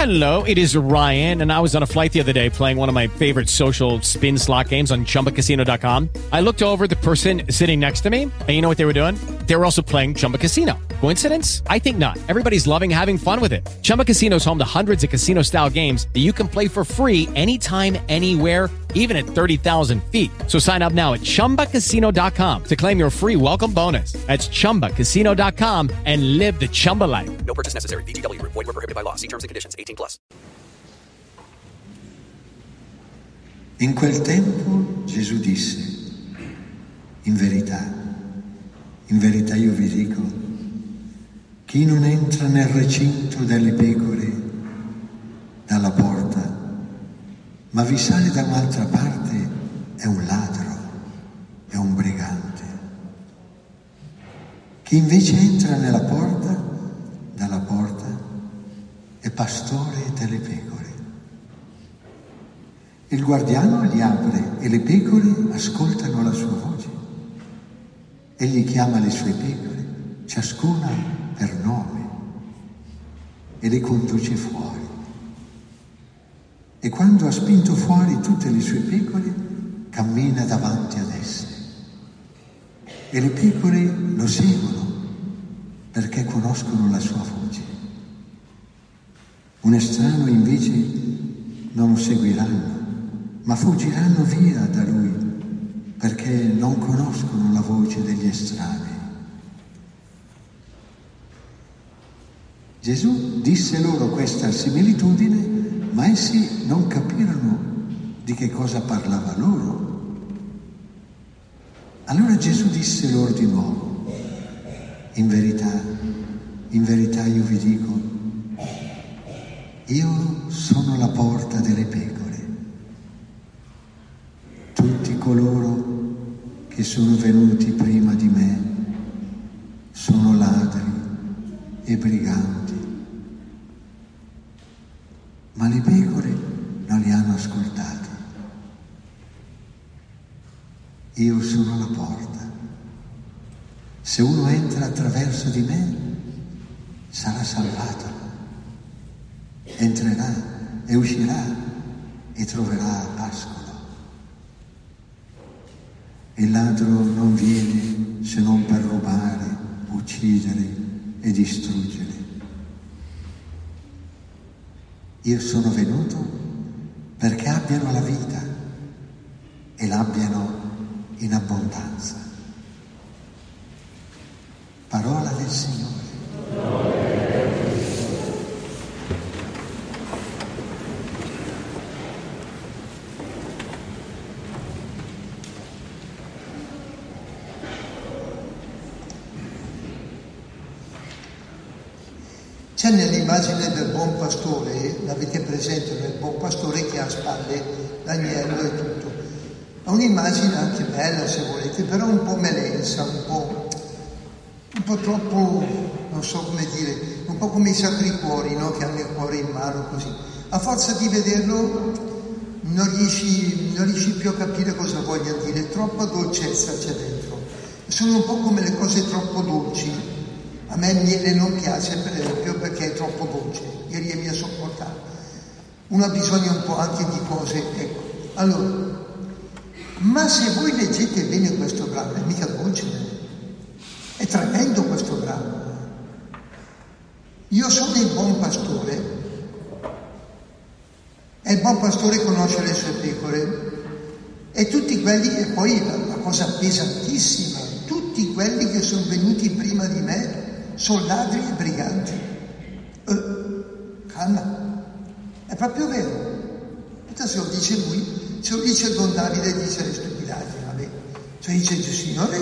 Hello, it is Ryan, and I was on a flight the other day playing one of my favorite social spin slot games on ChumbaCasino.com. I looked over at the person sitting next to me, and you know what they were doing? They were also playing Chumba Casino. Coincidence? I think not. Everybody's loving having fun with it. Chumba Casino is home to hundreds of casino-style games that you can play for free anytime, anywhere, even at 30,000 feet. So sign up now at ChumbaCasino.com to claim your free welcome bonus. That's ChumbaCasino.com and live the Chumba life. No purchase necessary. VGW. Void where prohibited by law. See terms and conditions. 18+. In quel tempo Gesù disse: in verità io vi dico, chi non entra nel recinto delle pecore dalla porta, ma vi sale da un'altra parte, è un ladro, è un brigante. Chi invece entra dalla porta, è pastore delle pecore. Il guardiano gli apre e le pecore ascoltano la sua voce. Egli chiama le sue pecore, ciascuna per nome, e le conduce fuori. E quando ha spinto fuori tutte le sue pecore, cammina davanti ad esse. E le pecore lo seguono perché conoscono la sua voce. Un estraneo invece non lo seguiranno, ma fuggiranno via da lui perché non conoscono la voce degli estranei. Gesù disse loro questa similitudine, ma essi non capirono di che cosa parlava loro. Allora Gesù disse loro di nuovo: in verità io vi dico, io sono la porta delle pecore. Tutti coloro che sono venuti prima di me sono ladri e briganti, ma le pecore non li hanno ascoltati. Io sono la porta. Se uno entra attraverso di me, sarà salvato. Entrerà e uscirà e troverà pascolo. Il ladro non viene se non per rubare, uccidere e distruggere. Io sono venuto perché abbiano la vita e l'abbiano in abbondanza. Parola del Signore. C'è nell'immagine del buon pastore, l'avete presente, del buon pastore che ha a spalle l'agnello e tutto. È un'immagine anche bella se volete, però un po' melensa, un po' troppo, non so come dire, un po' come i sacri cuori, no? Che hanno il cuore in mano così. A forza di vederlo non riesci più a capire cosa voglia dire, troppa dolcezza c'è dentro. Sono un po' come le cose troppo dolci. A me il miele non piace, per esempio, perché è troppo dolce, ieri mi ha sopportato. Uno ha bisogno un po' anche di cose, ecco. Allora, ma se voi leggete bene questo brano, è mica dolce, è tremendo questo brano. Io sono il buon pastore, e il buon pastore conosce le sue pecore, e tutti quelli, e poi la cosa pesantissima, tutti quelli che sono venuti prima di me sono ladri e briganti. Calma, è proprio vero. Se lo dice lui, se lo dice Don Davide, dice le stupidaggini, vabbè. Se dice il Signore,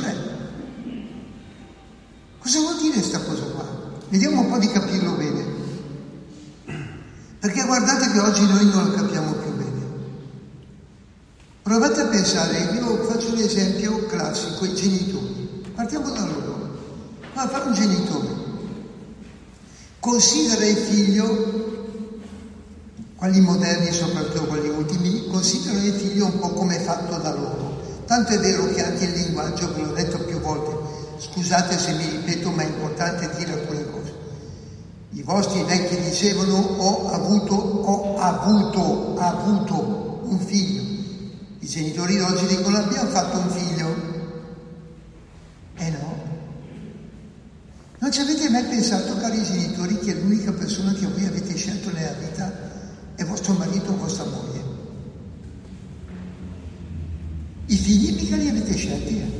cosa vuol dire questa cosa qua? Vediamo un po' di capirlo bene. Perché guardate che oggi noi non lo capiamo più bene. Provate a pensare, io faccio un esempio classico, i genitori. Partiamo da loro. Ma fa un genitore, considera il figlio, quelli moderni soprattutto quelli ultimi, considerano il figlio un po' come fatto da loro. Tanto è vero che anche il linguaggio, ve l'ho detto più volte, scusate se mi ripeto, ma è importante dire alcune cose. I vostri vecchi dicevano ho avuto un figlio. I genitori oggi dicono abbiamo fatto un figlio. No. Non ci avete mai pensato, cari genitori, che l'unica persona che voi avete scelto nella vita è vostro marito o vostra moglie? I figli mica li avete scelti.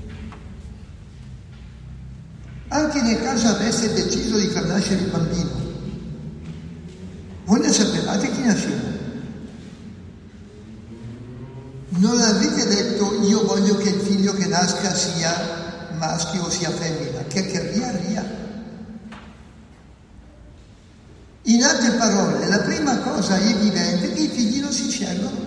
Anche nel caso avesse deciso di far nascere il bambino, voi ne sapevate chi nasceva? Non avete detto io voglio che il figlio che nasca sia maschio o sia femmina, che ria. In altre parole, la prima cosa evidente è che i figli non si scelgono.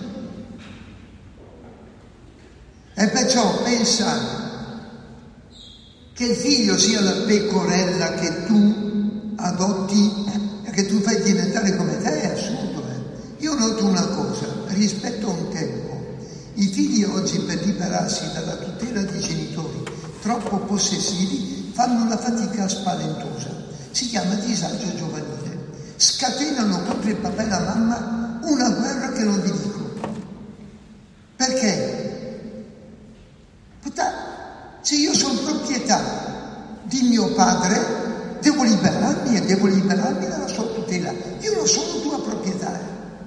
E perciò pensare che il figlio sia la pecorella che tu adotti e che tu fai diventare come te è assurdo. Io noto una cosa, rispetto a un tempo, i figli oggi per liberarsi dalla tutela dei genitori troppo possessivi fanno una fatica spaventosa, si chiama disagio giovanile, scatenano contro il papà e la mamma una guerra che non vi dico. Perché? Se io sono proprietà di mio padre, devo liberarmi dalla sua tutela. Io non sono tua proprietà.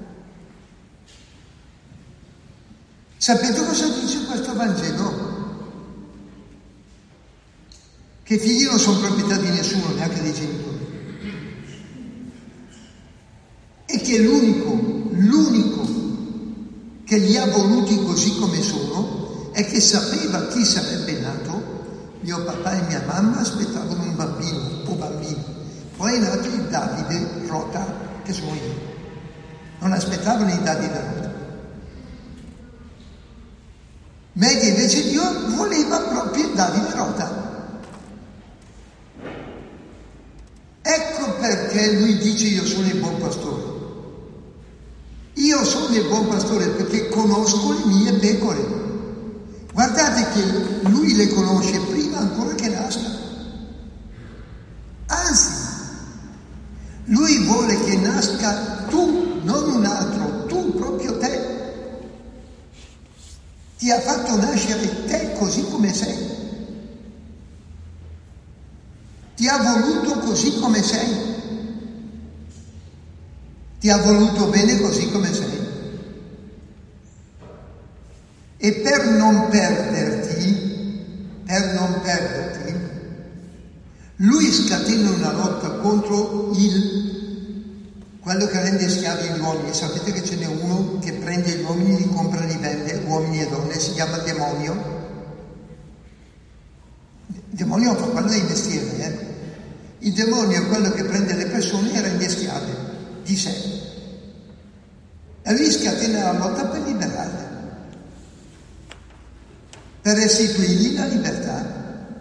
Sapete cosa dice questo Vangelo? Che i figli non sono proprietà di nessuno, neanche dei genitori. E che l'unico che li ha voluti così come sono è che sapeva chi sarebbe nato. Mio papà e mia mamma aspettavano un bambino o bambino, poi è nato il Davide Rota, che sono io. Non aspettavano il Davide Rota. Meglio invece Dio voleva proprio il Davide Rota. Ecco perché lui dice io sono il buon pastore. Io sono il buon pastore perché conosco le mie pecore. Guardate che lui le conosce prima ancora che nasca. Anzi, lui vuole che nasca tu, non un altro, tu proprio te. Ti ha fatto nascere te così come sei. Ti ha voluto così come sei. Ti ha voluto bene così come sei. E per non perderti, lui scatena una lotta contro quello che rende schiavi gli uomini. Sapete che ce n'è uno che prende gli uomini, li compra, li vende, uomini e donne, si chiama demonio. Il demonio fa quello dei mestieri, Il demonio è quello che prende le persone e rende schiave di sé. E lui scatena la lotta per liberarle, per restituirgli la libertà.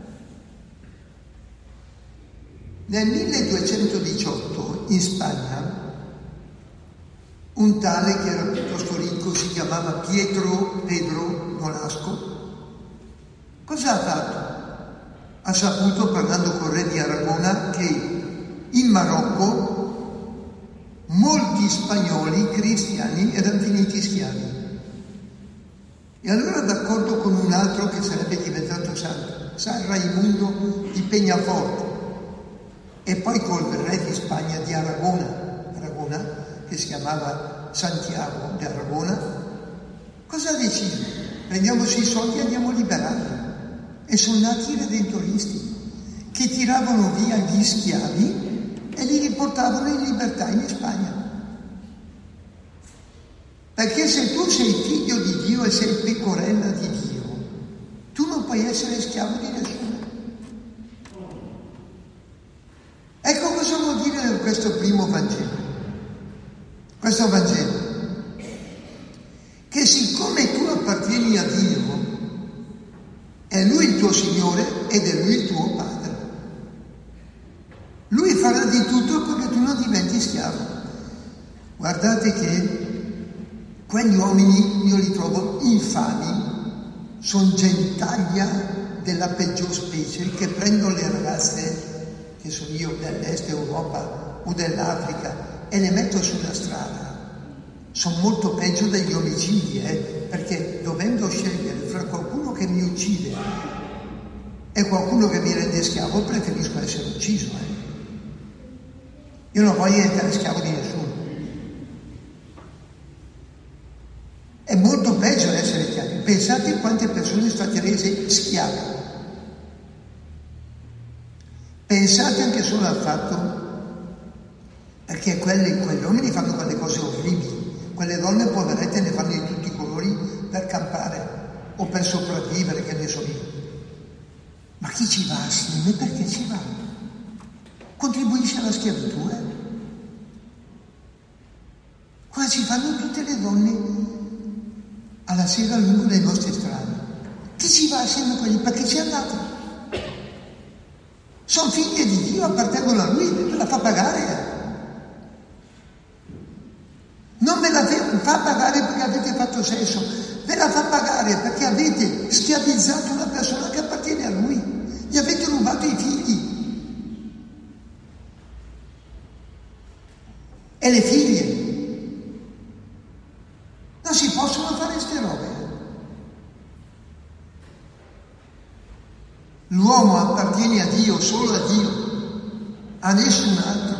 Nel 1218 in Spagna un tale che era piuttosto ricco, si chiamava Pedro Nolasco, cosa ha fatto? Ha saputo, parlando con il re di Aragona, che in Marocco molti spagnoli cristiani erano finiti schiavi. E allora, d'accordo con un altro che sarebbe diventato santo, San Raimundo di Peñafort, e poi col re di Spagna di Aragona, che si chiamava Santiago di Aragona, cosa ha deciso? Prendiamoci i soldi e andiamo a liberarli. E sono nati i redentoristi, che tiravano via gli schiavi e li riportavano in libertà in Spagna. Perché se tu sei figlio di Dio e sei pecorella di Dio, tu non puoi essere schiavo di nessuno. Ecco cosa vuol dire questo primo Vangelo. Questo Vangelo, che siccome tu appartieni a Dio, è Lui il tuo Signore ed è Lui il tuo Padre. Lui farà di tutto perché tu non diventi schiavo. Guardate che quegli uomini io li trovo infami, sono gentaglia della peggior specie, che prendono le ragazze, che sono io dell'est Europa, o dell'Africa e le metto sulla strada, sono molto peggio degli omicidi, perché dovendo scegliere fra qualcuno che mi uccide e qualcuno che mi rende schiavo, preferisco essere ucciso. Io non voglio essere schiavo di nessuno. È molto peggio essere schiavi. Pensate quante persone sono state rese schiave. Pensate anche solo al fatto perché quegli uomini fanno quelle cose orribili, quelle donne poverette ne fanno di tutti i colori per campare o per sopravvivere, che ne so io. Ma chi ci va assieme? Perché ci va? Contribuisce alla schiavitù, Cosa ci fanno tutte le donne alla sera lungo le nostre strade? Chi ci va assieme a quelli? Perché ci è andato? Sono figlie di Dio, appartengono a Lui, ve la fa pagare. Non ve la fa pagare perché avete fatto sesso, ve la fa pagare perché avete schiavizzato una persona che appartiene a Lui, gli avete rubato i figli e le figlie. Non si possono fare queste robe. L'uomo appartiene a Dio, solo a Dio, a nessun altro.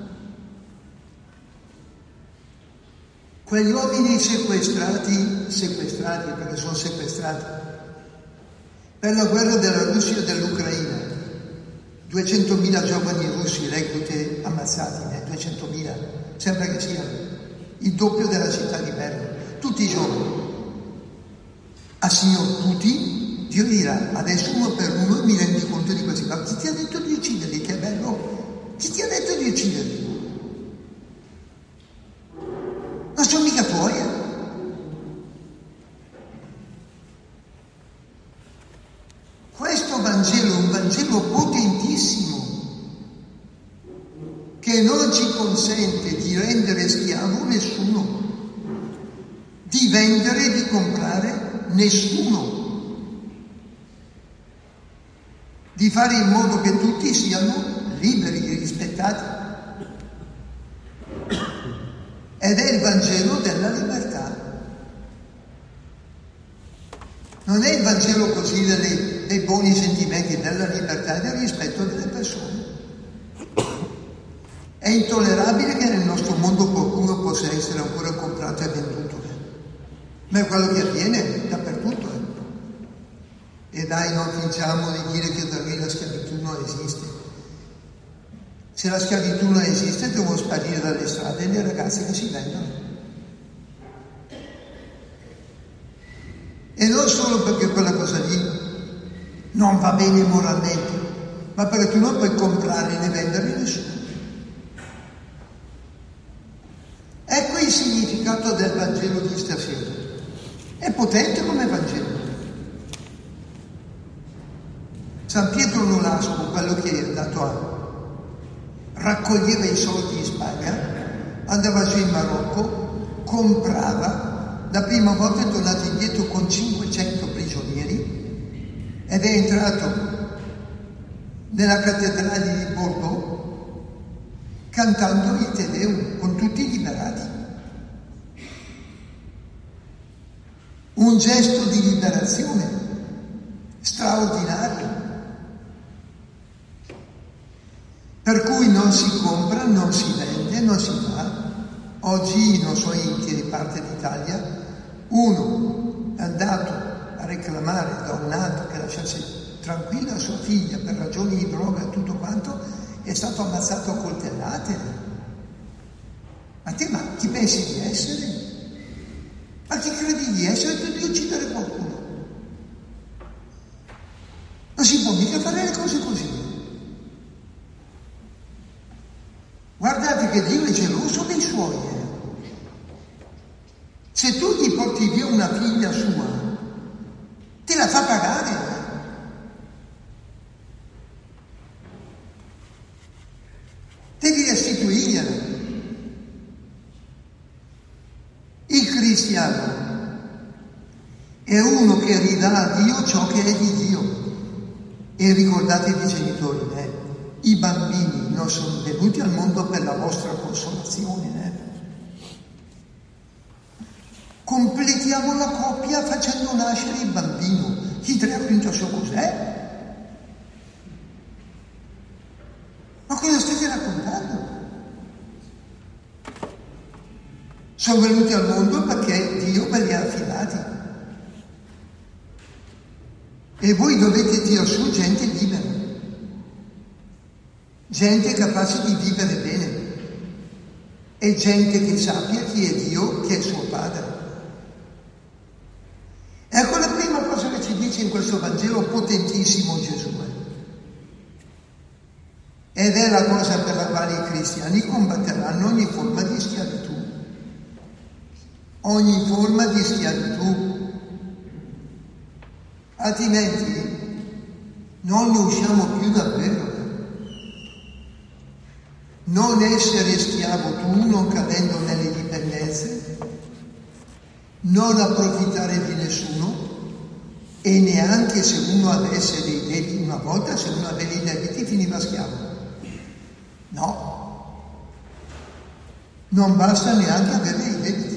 Quegli uomini sequestrati perché sono sequestrati, per la guerra della Russia e dell'Ucraina, 200.000 giovani russi reclute ammazzati, 200.000, sembra che sia il doppio della città di Berna, tutti i giorni. Al signor Putin Dio dirà: adesso uno per uno mi rendi conto di questi fatti. Chi ti ha detto di ucciderli? Che bello! Chi ti ha detto di ucciderli? Non sono mica tuoi. Questo Vangelo è un Vangelo potentissimo che non ci consente di rendere schiavo nessuno, di vendere e di comprare nessuno, di fare in modo che tutti siano liberi e rispettati. Ed è il Vangelo della libertà. Non è il Vangelo così dei buoni sentimenti, della libertà e del rispetto delle persone. È intollerabile che nel nostro mondo qualcuno possa essere ancora comprato e venduto. Ma è quello che avviene dappertutto. E dai, non fingiamo di dire che da noi la schiavitù non esiste. Se la schiavitù non esiste, devono sparire dalle strade le ragazze che si vendono. E non solo perché quella cosa lì non va bene moralmente, ma perché tu non puoi comprare né vendere nessuno. Ecco il significato del Vangelo di stasera. È potente come Vangelo. San Pietro Nolasco, quello che è andato raccoglieva i soldi in Spagna, andava giù in Marocco, comprava, la prima volta è tornato indietro con 500 prigionieri ed è entrato nella cattedrale di Bordeaux cantando il Te Deum con tutti liberati. Un gesto di liberazione straordinario. Per cui non si compra, non si vende, non si fa. Oggi, non so in che parte d'Italia, uno è andato a reclamare da un altro che lasciasse tranquilla sua figlia per ragioni di droga e tutto quanto, è stato ammazzato a coltellate. Ma te, ma chi pensi di essere? Ma chi credi di essere tu di uccidere qualcuno? Non si può mica fare le cose così. Guardate che Dio è geloso dei suoi. Se tu gli porti via una figlia sua, te la fa pagare. Devi restituirgliela. Il cristiano è uno che ridà a Dio ciò che è di Dio. E ricordatevi, genitori, I bambini non sono venuti al mondo per la vostra consolazione. Completiamo la coppia facendo nascere il bambino. Chi te appunto so cos'è? Ma cosa state raccontando? Sono venuti al mondo perché Dio ve li ha affidati. E voi dovete tirare su gente libera, gente capace di vivere bene e gente che sappia chi è Dio, che è suo Padre. Ecco la prima cosa che ci dice in questo Vangelo potentissimo Gesù. Ed è la cosa per la quale i cristiani combatteranno ogni forma di schiavitù. Ogni forma di schiavitù. Altrimenti non ne usciamo più davvero. Non essere schiavo tu, non cadendo nelle dipendenze, non approfittare di nessuno, e neanche se uno avesse dei debiti. Una volta se uno aveva i debiti finiva schiavo. No, non basta neanche avere i debiti.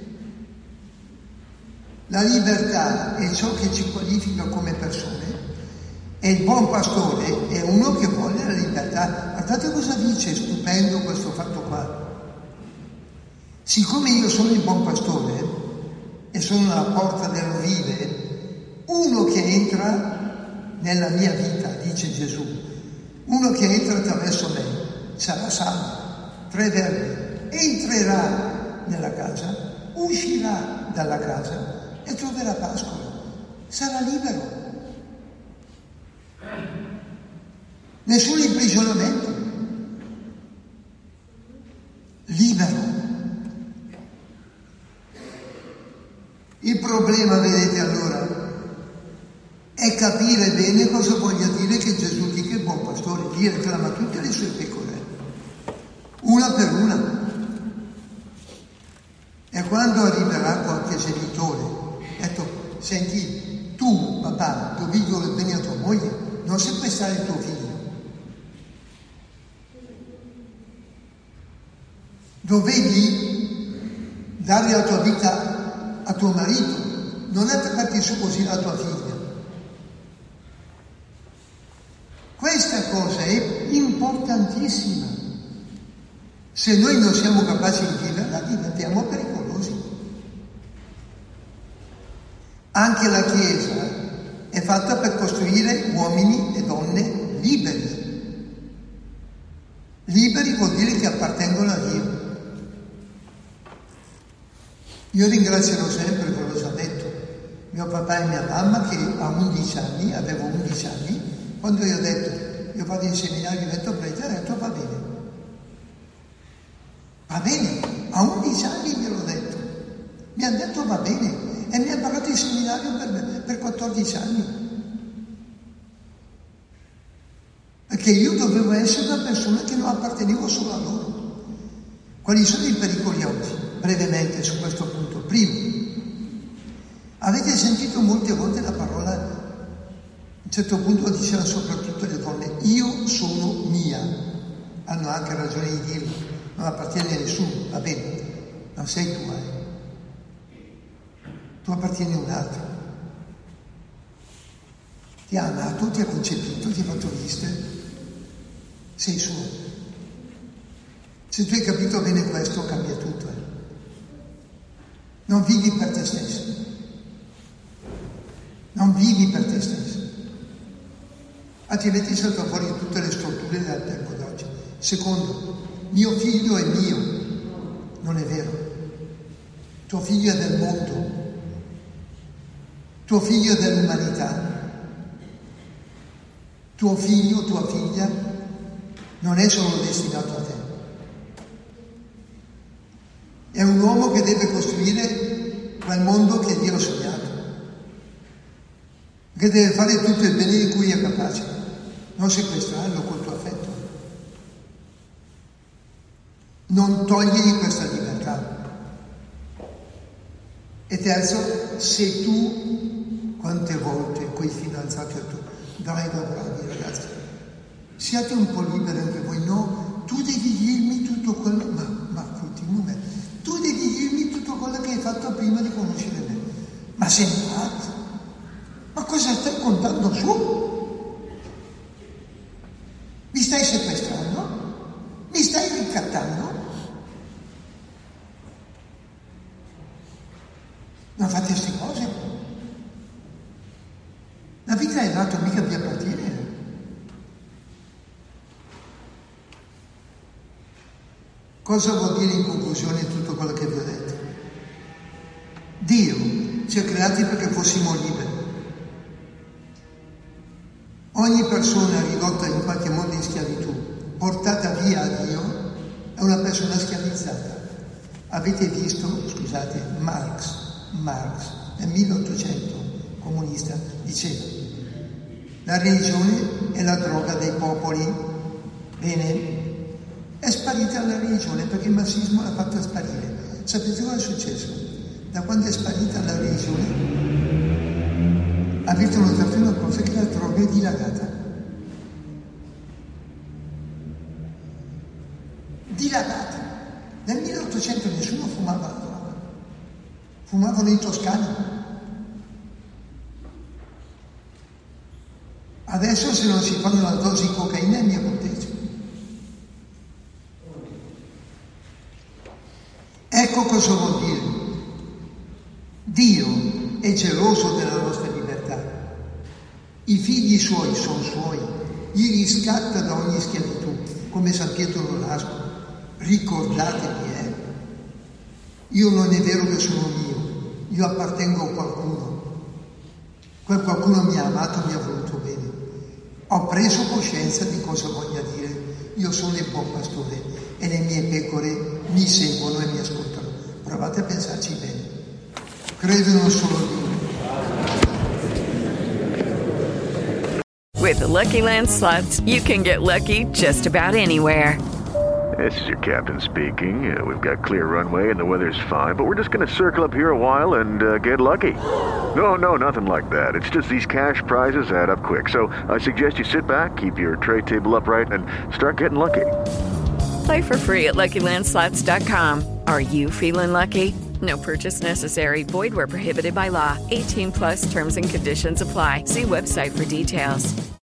La libertà è ciò che ci qualifica come persone, e il buon pastore è uno che vuole la libertà. Guardate cosa dice, stupendo questo fatto qua. Siccome io sono il buon pastore e sono la porta dell'ovile, uno che entra nella mia vita, dice Gesù, uno che entra attraverso me sarà salvo. 3 verbi: entrerà nella casa, uscirà dalla casa e troverà pascolo, sarà libero. Nessun imprigionamento, libero. Il problema, vedete, allora, è capire bene cosa voglia dire che Gesù dica il buon pastore. Gli reclama tutte le sue pecore, una per una. E quando arriverà qualche genitore, detto: senti, tu papà dovevi voler bene a tua moglie, non sequestrare il tuo figlio, dovevi dare la tua vita a tuo marito, non attaccarti su così la tua figlia. Questa cosa è importantissima. Se noi non siamo capaci di viverla, diventiamo pericolosi. Anche la Chiesa è fatta per costruire uomini e donne liberi. Liberi vuol dire che appartengono a Dio. Io ringrazierò sempre, ve l'ho già detto, mio papà e mia mamma, che a 11 anni, avevo 11 anni, quando io ho detto, io vado in seminario, divento prete, ha detto: va bene. Va bene, a 11 anni gliel'ho detto. Mi hanno detto va bene, e mi ha pagato il seminario per 14 anni. Perché io dovevo essere una persona che non appartenevo solo a loro. Quali sono i pericoli oggi? Brevemente su questo punto. Primo, avete sentito molte volte la parola, a un certo punto lo dicevano soprattutto le donne: io sono mia. Hanno anche ragione di dirlo, non appartiene a nessuno, va bene, non sei tua, tu appartieni a un altro. Ti ha amato, ti ha concepito, ti ha fatto viste, sei suo. Se tu hai capito bene questo, cambia tutto. Non vivi per te stesso. Non vivi per te stesso. Altrimenti saltano fuori tutte le strutture del tempo d'oggi. Secondo, mio figlio è mio. Non è vero. Tuo figlio è del mondo. Tuo figlio è dell'umanità. Tuo figlio, tua figlia, non è solo destinato a te. È un uomo che deve costruire quel mondo che Dio ha sognato, che deve fare tutto il bene di cui è capace, non sequestrarlo col tuo affetto. Non togli questa libertà. E terzo, se tu, quante volte quei fidanzati ho detto: dai, bravi ragazzi, Siate un po' liberi anche voi, no? Tu devi dirmi tutto quello, ma continua me. Tu devi dirmi tutto quello che hai fatto prima di conoscere me. Ma sei matto? Ma cosa stai contando su? Mi stai sequestrando? Mi stai ricattando? Non fate queste cose. La vita è dato, mica vi appartiene. Cosa vuol dire in conclusione tutto quello che vi ho detto? Dio ci ha creati perché fossimo liberi. Ogni persona ridotta in qualche modo in schiavitù, portata via a Dio, è una persona schiavizzata. Avete visto, scusate, Marx nel 1800, comunista, diceva: la religione è la droga dei popoli. Bene, è sparita la religione perché il marxismo l'ha fatta sparire. Sapete cosa è successo? Da quando è sparita la religione, avete notato una cosa, che la droga è dilagata. Dilagata. Nel 1800 nessuno fumava la droga. Fumavano in Toscana. Adesso se non si fanno la dose di cocaina è mia conteggio. Ecco cosa vuol dire. Dio è geloso della nostra libertà. I figli suoi sono suoi. Li riscatta da ogni schiavitù, come San Pietro Nolasco. Ricordatevi, io non è vero che sono mio, io appartengo a qualcuno. Quel qualcuno mi ha amato, mi ha voluto bene. Ho preso coscienza di cosa voglia dire. Io sono il buon pastore e le mie pecore mi seguono e mi ascoltano. Provate a pensarci bene. Credono solo Dio. With the Lucky Land Slots, you can get lucky just about anywhere. This is your captain speaking. We've got clear runway and the weather's fine, but we're just going to circle up here a while and get lucky. No, nothing like that. It's just these cash prizes add up quick. So I suggest you sit back, keep your tray table upright, and start getting lucky. Play for free at LuckyLandSlots.com. Are you feeling lucky? No purchase necessary. Void where prohibited by law. 18+ terms and conditions apply. See website for details.